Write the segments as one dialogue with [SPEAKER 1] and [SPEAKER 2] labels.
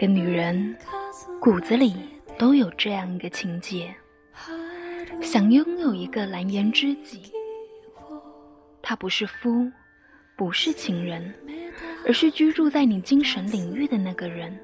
[SPEAKER 1] 个女人骨子里都有这样一个情节，想拥有一个蓝颜知己。他不是夫，不是情人，而是居住在你精神领域的那个人。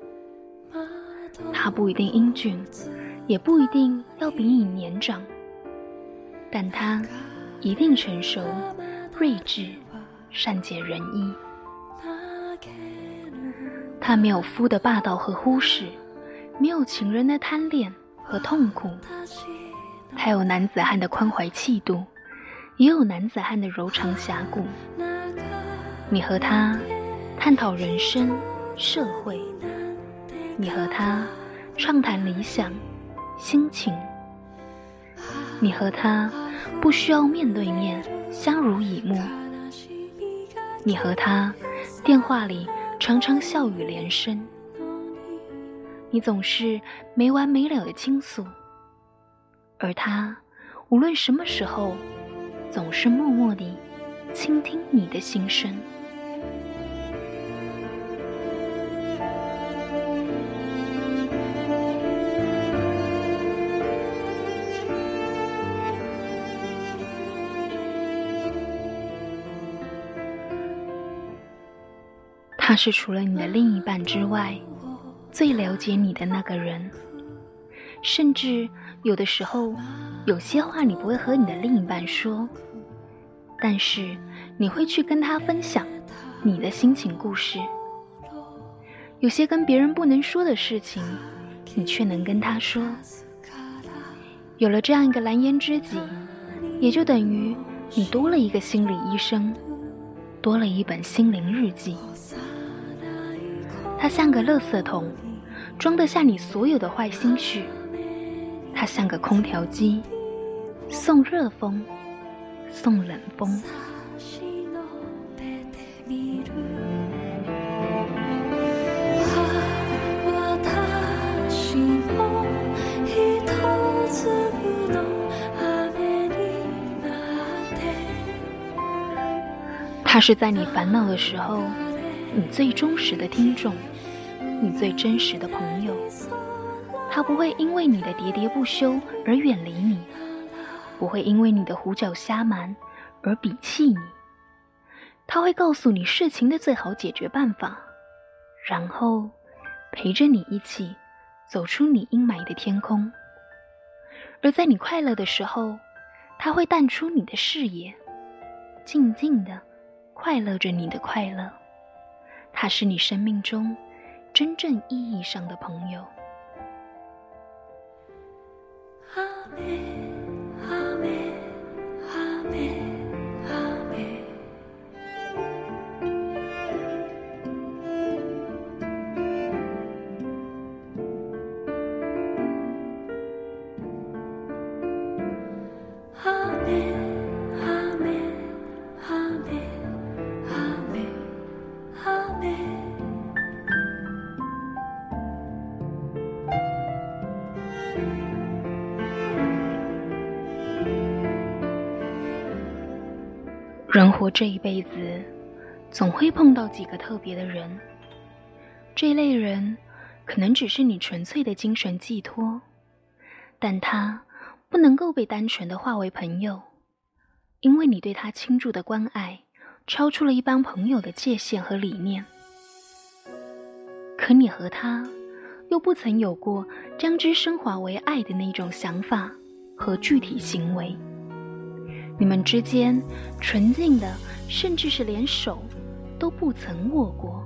[SPEAKER 1] 他不一定英俊，也不一定要比你年长，但他一定成熟、睿智、善解人意。他没有夫的霸道和忽视，没有情人的贪恋和痛苦，他有男子汉的宽怀气度，也有男子汉的柔肠侠骨。你和他探讨人生、社会，你和他畅谈理想、心情，你和他不需要面对面相濡以沫，你和他电话里常常笑语连声，你总是没完没了的倾诉，而他无论什么时候总是默默地倾听你的心声。他是除了你的另一半之外最了解你的那个人，甚至有的时候有些话你不会和你的另一半说，但是你会去跟他分享你的心情故事。有些跟别人不能说的事情，你却能跟他说。有了这样一个蓝颜知己，也就等于你多了一个心理医生，多了一本心灵日记。它像个垃圾桶，装得下你所有的坏心绪。它像个空调机，送热风，送冷风。它是在你烦恼的时候，你最忠实的听众，你最真实的朋友。他不会因为你的喋喋不休而远离你，不会因为你的胡搅瞎蛮而鄙弃你。他会告诉你事情的最好解决办法，然后陪着你一起走出你阴霾的天空。而在你快乐的时候，他会淡出你的视野，静静地快乐着你的快乐。他是你生命中真正意义上的朋友。人活这一辈子，总会碰到几个特别的人。这一类人可能只是你纯粹的精神寄托，但他不能够被单纯的化为朋友，因为你对他倾注的关爱超出了一般朋友的界限和理念。可你和他又不曾有过将之升华为爱的那种想法和具体行为。你们之间纯净的，甚至是连手都不曾握过。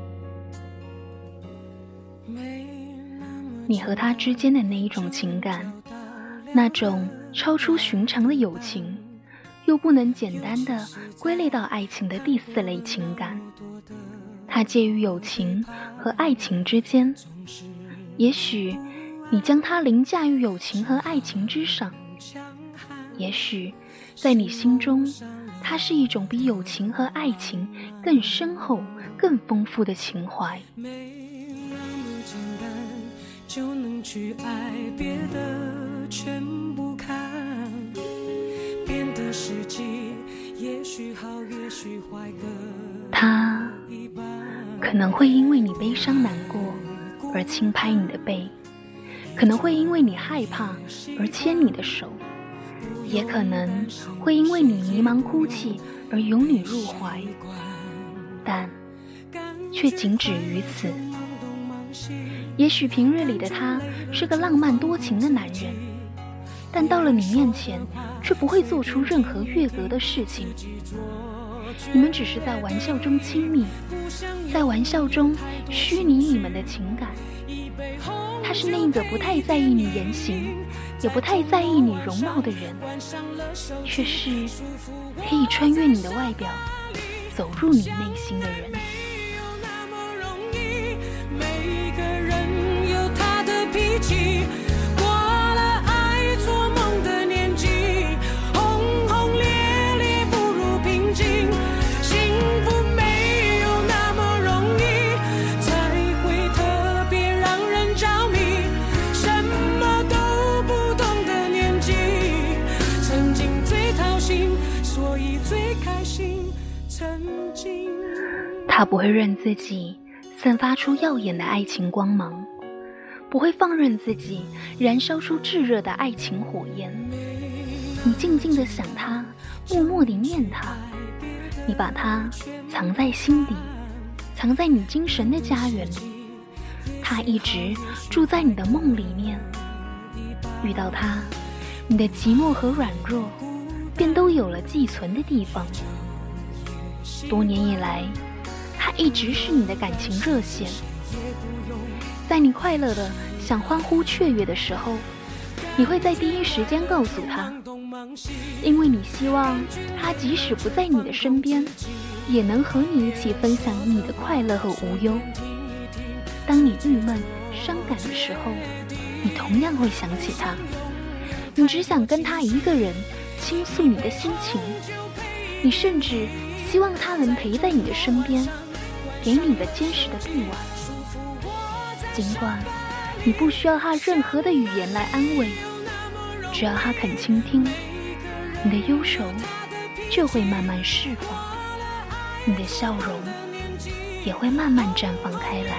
[SPEAKER 1] 你和他之间的那一种情感，那种超出寻常的友情，又不能简单的归类到爱情的第四类情感。它介于友情和爱情之间，也许你将它凌驾于友情和爱情之上，也许在你心中，它是一种比友情和爱情更深厚、更丰富的情怀。
[SPEAKER 2] 没那么简单就能去爱，别的全不看，变得实际，也许好，也许坏，
[SPEAKER 1] 他可能会因为你悲伤难过而轻拍你的背，可能会因为你害怕而牵你的手，也可能会因为你迷茫哭泣而拥你入怀，但却仅止于此。也许平日里的他是个浪漫多情的男人，但到了你面前却不会做出任何越格的事情。你们只是在玩笑中亲密，在玩笑中虚拟你们的情感。他是那个不太在意你言行，也不太在意你容貌的人，却是可以穿越你的外表，走入你内心的人。
[SPEAKER 2] 每个人有他的脾气，过了爱做梦的年纪，轰轰烈烈不如平静，幸福没有那么容易，才会特别让人着迷。什么都不懂的年纪，曾经最掏心，所以最开心。曾经
[SPEAKER 1] 他不会让自己散发出耀眼的爱情光芒，不会放任自己燃烧出炙热的爱情火焰。你静静地想他，默默地念他，你把他藏在心底，藏在你精神的家园里。他一直住在你的梦里面，遇到他，你的寂寞和软弱便都有了寄存的地方。多年以来，他一直是你的感情热线，在你快乐的想欢呼雀跃的时候，你会在第一时间告诉他，因为你希望他即使不在你的身边，也能和你一起分享你的快乐和无忧。当你郁闷伤感的时候，你同样会想起他，你只想跟他一个人倾诉你的心情，你甚至希望他能陪在你的身边，给你个坚实的臂弯。尽管你不需要他任何的语言来安慰，只要他肯倾听，你的忧愁就会慢慢释放，你的笑容也会慢慢绽放开来。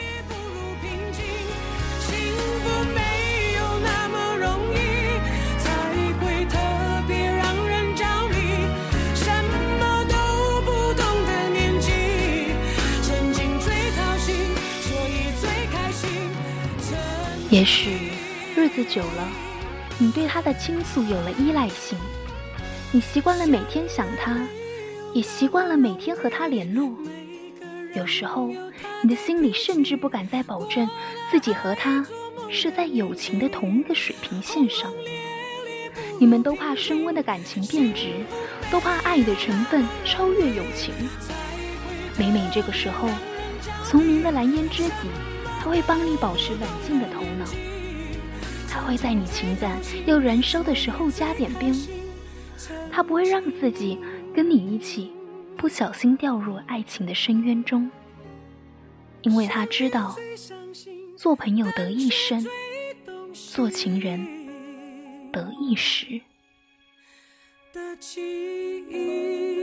[SPEAKER 1] 也许日子久了，你对他的倾诉有了依赖性，你习惯了每天想他，也习惯了每天和他联络。有时候你的心里甚至不敢再保证自己和他是在友情的同一个水平线上。你们都怕升温的感情变质，都怕爱的成分超越友情。每每这个时候，聪明的蓝颜知己他会帮你保持冷静的头脑，他会在你情感要燃烧的时候加点冰，他不会让自己跟你一起不小心掉入爱情的深渊中，因为他知道做朋友得一生，做情人得一时
[SPEAKER 2] 的记忆。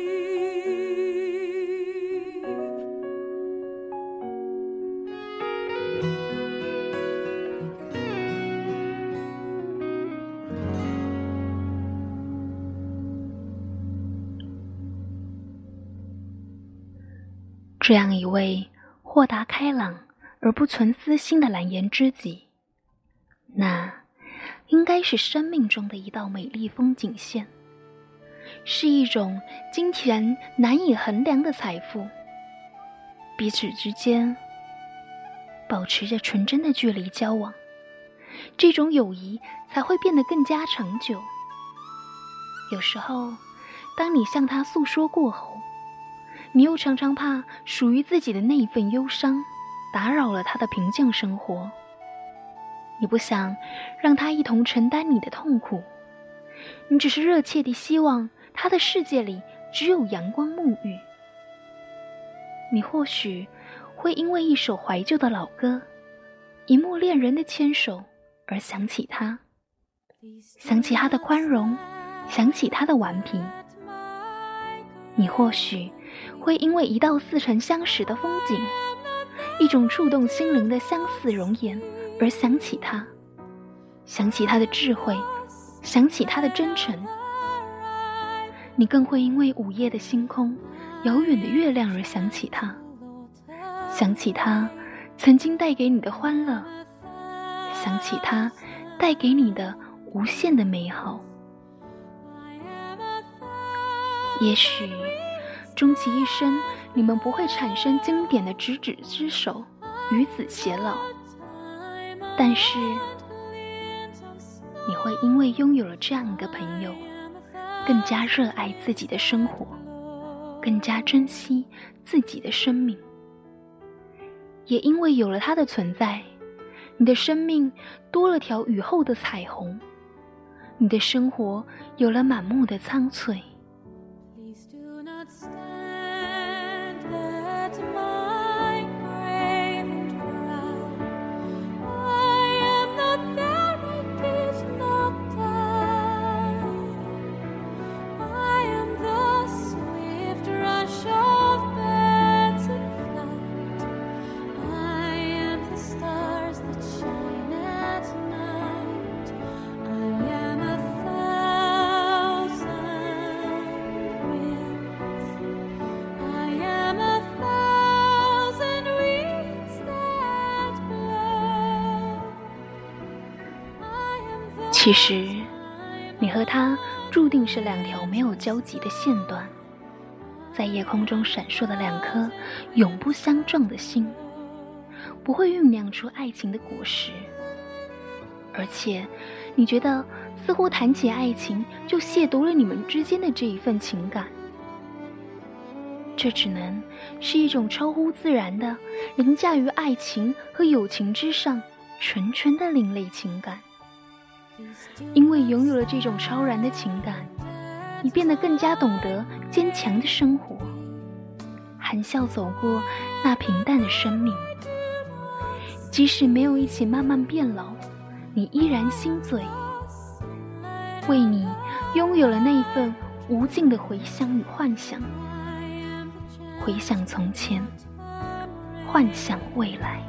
[SPEAKER 1] 这样一位豁达开朗而不存私心的蓝颜知己，那应该是生命中的一道美丽风景线，是一种金钱难以衡量的财富。彼此之间保持着纯真的距离交往，这种友谊才会变得更加长久。有时候当你向他诉说过后，你又常常怕属于自己的那一份忧伤打扰了他的平静生活，你不想让他一同承担你的痛苦，你只是热切地希望他的世界里只有阳光沐浴。你或许会因为一首怀旧的老歌，一幕恋人的牵手而想起他，想起他的宽容，想起他的顽皮。你或许会因为一道似曾相识的风景， 一种触动心灵的相似容颜而想起他，想起他的智慧，想起他的真诚。你更会因为午夜的星空，遥远的月亮而想起他，想起他曾经带给你的欢乐，想起他带给你的无限的美好。也许终其一生，你们不会产生经典的执子之手，与子偕老，但是你会因为拥有了这样一个朋友，更加热爱自己的生活，更加珍惜自己的生命。也因为有了他的存在，你的生命多了条雨后的彩虹，你的生活有了满目的苍翠。其实你和他注定是两条没有交集的线段，在夜空中闪烁的两颗永不相撞的心，不会酝酿出爱情的果实。而且你觉得似乎谈起爱情就亵渎了你们之间的这一份情感，这只能是一种超乎自然的，凌驾于爱情和友情之上纯纯的另类情感。因为拥有了这种超然的情感，你变得更加懂得坚强的生活，含笑走过那平淡的生命。即使没有一起慢慢变老，你依然心醉，为你拥有了那一份无尽的回想与幻想，回想从前，幻想未来。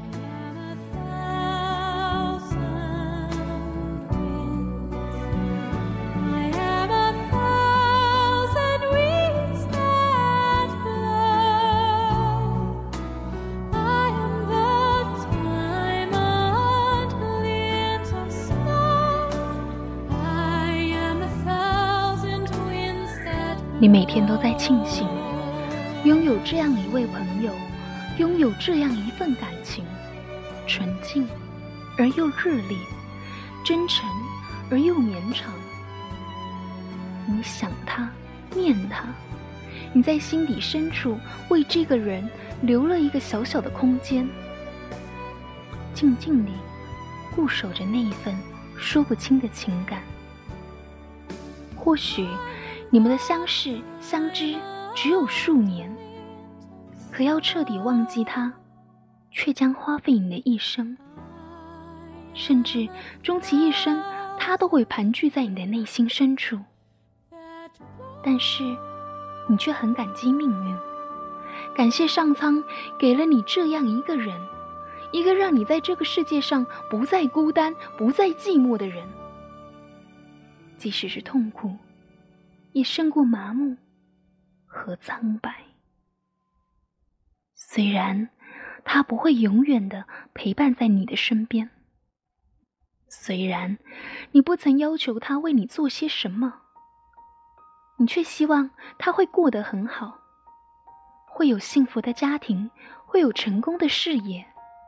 [SPEAKER 1] 你每天都在庆幸拥有这样一位朋友，拥有这样一份感情，纯净而又热烈，真诚而又绵长。你想他，念他，你在心底深处为这个人留了一个小小的空间，静静地固守着那一份说不清的情感。或许你们的相识相知只有数年，可要彻底忘记他，却将花费你的一生，甚至终其一生，他都会盘踞在你的内心深处。但是你却很感激命运，感谢上苍给了你这样一个人，一个让你在这个世界上不再孤单，不再寂寞的人。即使是痛苦，也胜过麻木和苍白。虽然他不会永远地陪伴在你的身边，虽然你不曾要求他为你做些什么，你却希望他会过得很好，会有幸福的家庭，会有成功的事业。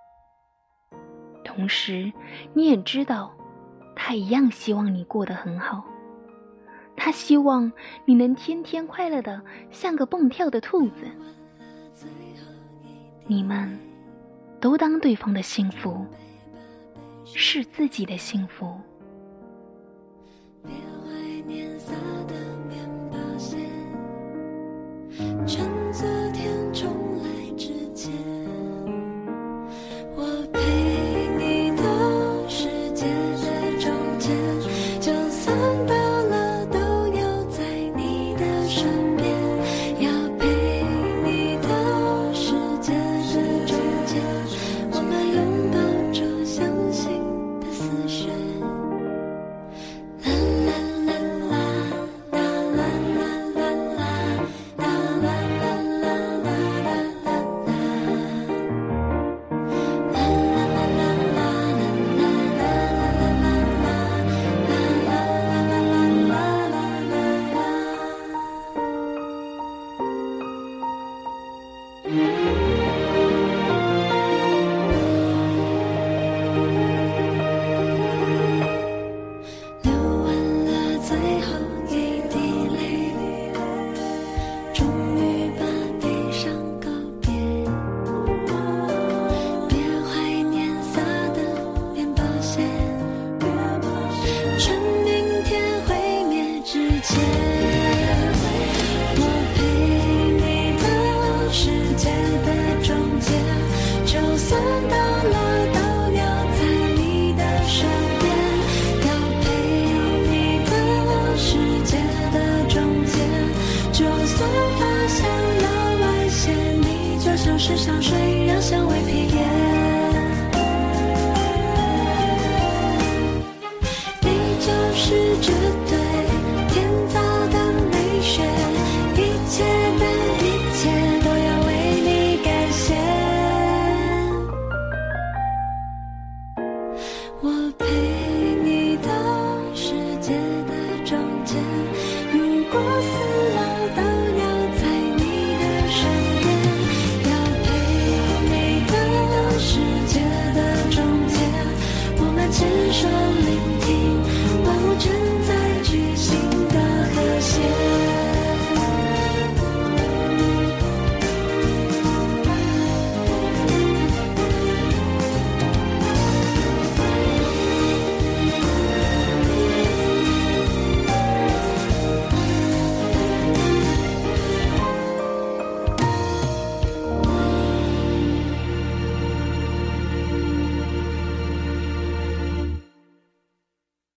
[SPEAKER 1] 同时你也知道，他一样希望你过得很好，他希望你能天天快乐的像个蹦跳的兔子。你们都当对方的幸福是自己的幸福。
[SPEAKER 2] 别怀念撒的面包屑，趁昨天重来之前，我陪你到世界的中间，就算到了都要在你的身边，要陪你到世界的中间， 是绝对，天造的美学，一切的一切都要为你感谢。我陪